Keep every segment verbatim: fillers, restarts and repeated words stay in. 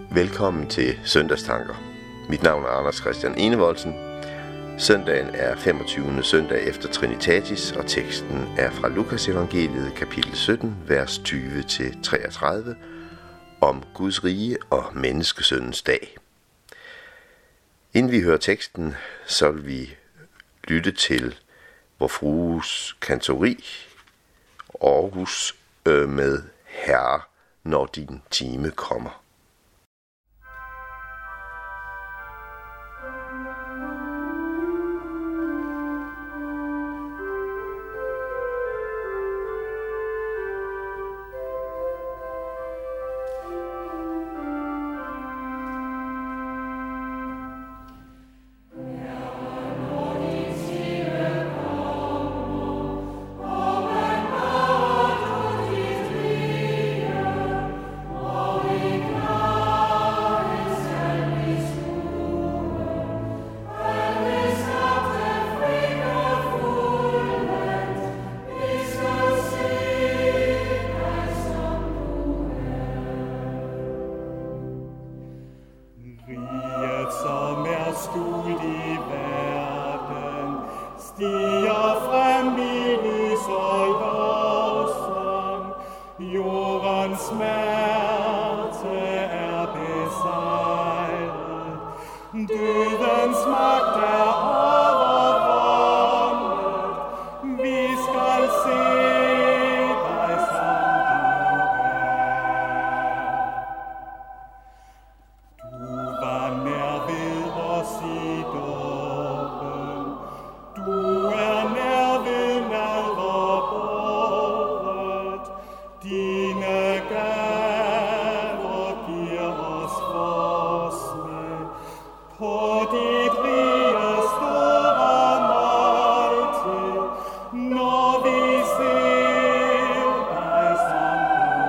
Velkommen til Søndagstanker. Mit navn er Anders Christian Enevoldsen. Søndagen er femogtyvende søndag efter Trinitatis, og teksten er fra Lukas evangeliet, kapitel sytten, vers tyve til treogtredive, om Guds rige og menneskesøndens dag. Inden vi hører teksten, så vil vi lytte til Vor Frues kantori, Aarhus, øh, med Herre, når din time kommer. Skjult i verden, stiger frem i lys og lovsang. Jordens smerte er besejret, dødens magt er overvundet. Vi skal se dig som du er. Du var nær ved os i dåben, du er nær ved nadverbordet. Dine gaver giver os forsmag på dit rige store måltid, når vi ser dig som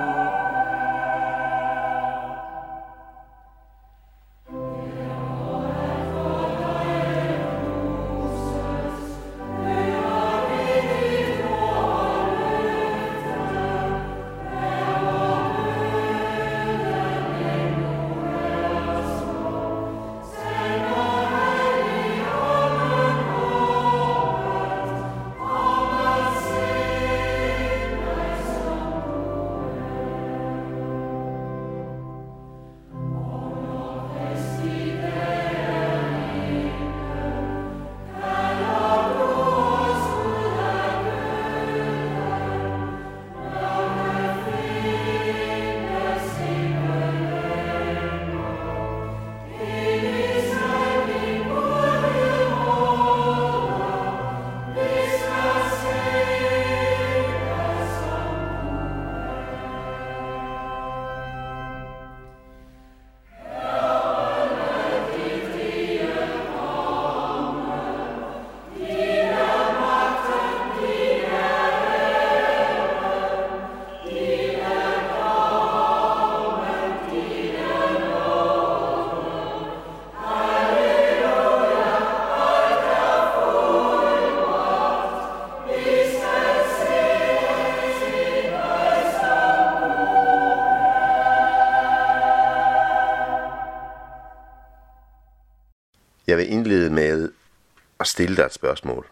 Jeg vil indlede med at stille dig et spørgsmål.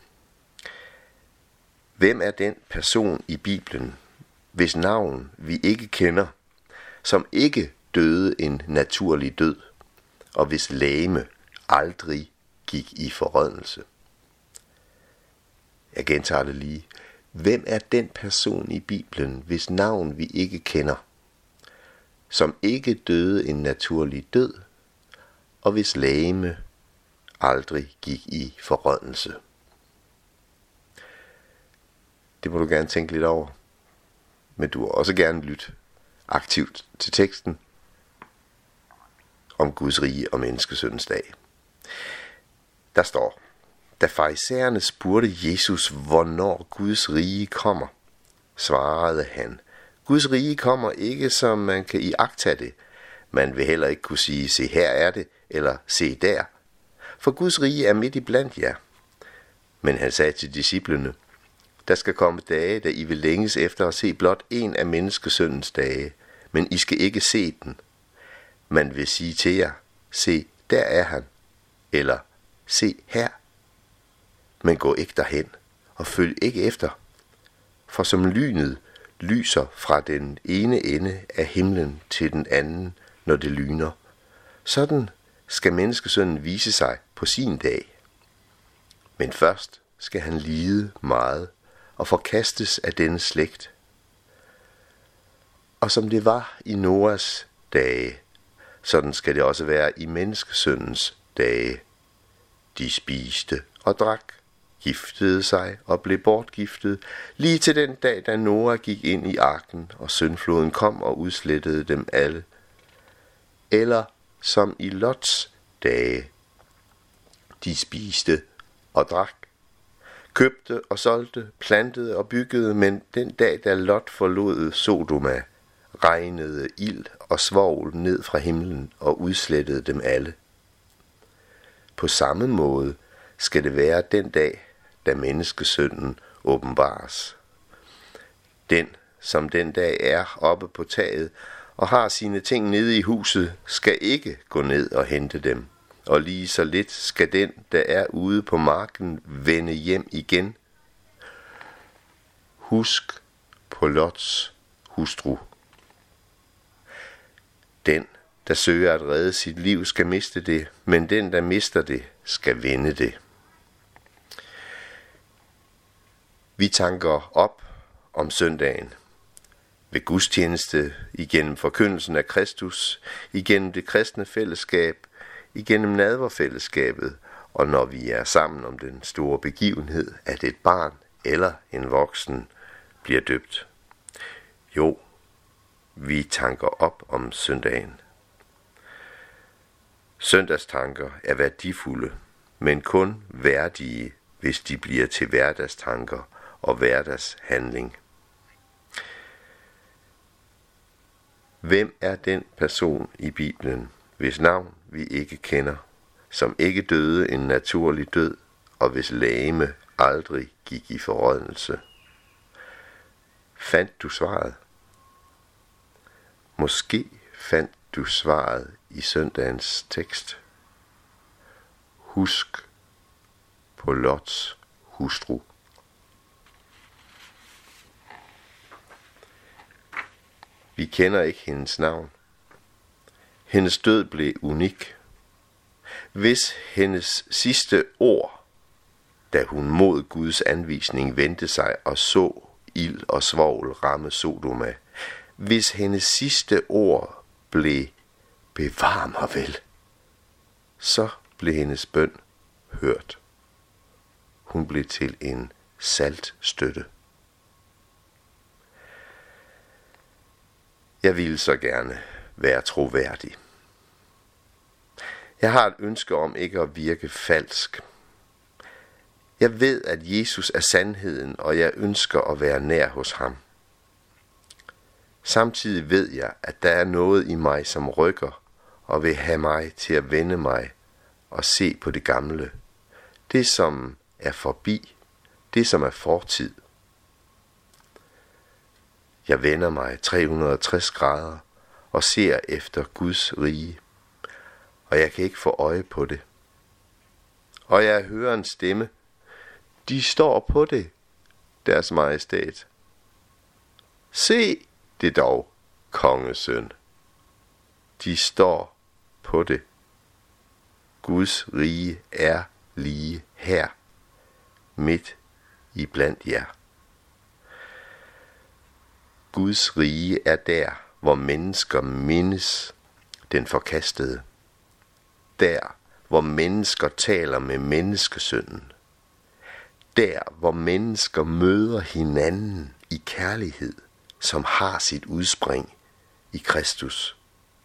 Hvem er den person i Bibelen, hvis navn vi ikke kender, som ikke døde en naturlig død, og hvis legeme aldrig gik i forrådnelse? Jeg gentager det lige. Hvem er den person i Bibelen, hvis navn vi ikke kender, som ikke døde en naturlig død, og hvis legeme aldrig gik i forrådnelse? Det må du gerne tænke lidt over, men du må også gerne lytte aktivt til teksten om Guds rige og menneskesøndens dag. Der står: Da farisæerne spurgte Jesus, hvornår Guds rige kommer, svarede han: Guds rige kommer ikke, som man kan iagttage det. Man vil heller ikke kunne sige, se her er det, eller se der. For Guds rige er midt i blandt jer. Men han sagde til disciplene: Der skal komme dage, da I vil længes efter at se blot en af menneskesøndens dage, men I skal ikke se den. man vil sige til jer, se, der er han, eller se her. Men gå ikke derhen, og følg ikke efter. For som lynet lyser fra den ene ende af himlen til den anden, når det lyner, sådan skal menneskesønnen vise sig på sin dag. Men først skal han lide meget og forkastes af denne slægt. Og som det var i Noas dage, sådan skal det også være i menneskesønnens dage. De spiste og drak, giftede sig og blev bortgiftet, lige til den dag, da Noah gik ind i arken, og syndfloden kom og udslettede dem alle. Eller som i Lots dage. De spiste og drak, købte og solgte, plantede og byggede, men den dag, da Lot forlod Sodoma, regnede ild og svovl ned fra himlen og udslettede dem alle. På samme måde skal det være den dag, da menneskesønnen åbenbares. Den, som den dag er oppe på taget og har sine ting nede i huset, skal ikke gå ned og hente dem. Og lige så lidt skal den, der er ude på marken, vende hjem igen. Husk på Lots hustru. Den, der søger at redde sit liv, skal miste det, men den, der mister det, skal vinde det. Vi tanker op om søndagen ved gudstjeneste, igennem forkyndelsen af Kristus, igennem det kristne fællesskab, igennem nadverfællesskabet, og når vi er sammen om den store begivenhed, at et barn eller en voksen bliver døbt. Jo, vi tanker op om søndagen. Søndagstanker er værdifulde, men kun værdige, hvis de bliver til hverdagstanker og hverdagshandling. Hvem er den person i Bibelen, hvis navn vi ikke kender, som ikke døde en naturlig død, og hvis legeme aldrig gik i forrådnelse? Fandt du svaret? Måske fandt du svaret i søndagens tekst. Husk på Lots hustru. Vi kender ikke hendes navn. Hendes død blev unik. Hvis hendes sidste ord, da hun mod Guds anvisning vendte sig og så ild og svovl ramme Sodoma, hvis hendes sidste ord blev bevar mig vel, så blev hendes bøn hørt. Hun blev til en saltstøtte. Jeg ville så gerne være troværdig. Jeg har et ønske om ikke at virke falsk. Jeg ved, at Jesus er sandheden, og jeg ønsker at være nær hos ham. Samtidig ved jeg, at der er noget i mig, som rykker og vil have mig til at vende mig og se på det gamle. Det, som er forbi. Det, som er fortid. Jeg vender mig tre hundrede og tres grader og ser efter Guds rige, og jeg kan ikke få øje på det. Og jeg hører en stemme. De står på det, deres majestæt. Se det dog, kongesøn. De står på det. Guds rige er lige her, midt i blandt jer. Guds rige er der, hvor mennesker mindes den forkastede. Der, hvor mennesker taler med menneskesønnen. Der, hvor mennesker møder hinanden i kærlighed, som har sit udspring i Kristus.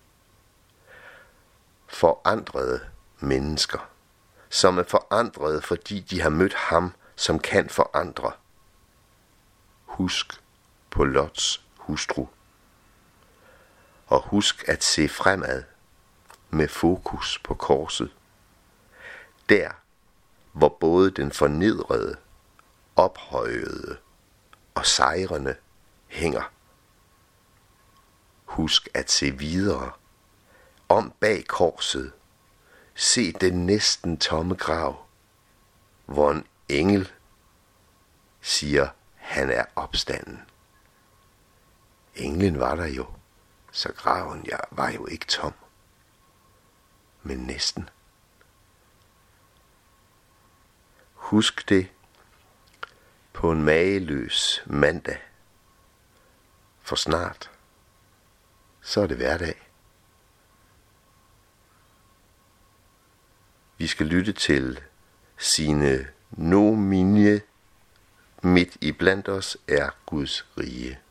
Forandrede mennesker, som er forandrede, fordi de har mødt ham, som kan forandre. Husk på Lots hustru. Og husk at se fremad med fokus på korset. Der, hvor både den fornedrede, ophøjede og sejrende hænger. Husk at se videre om bag korset, se den næsten tomme grav, hvor en engel siger, han er opstanden. Englen var der jo, så graven ja, var jo ikke tom, men næsten. Husk det på en mageløs mandag, for snart, så er det hverdag. Vi skal lytte til Sine Nomine. Midt i blandt os er Guds rige.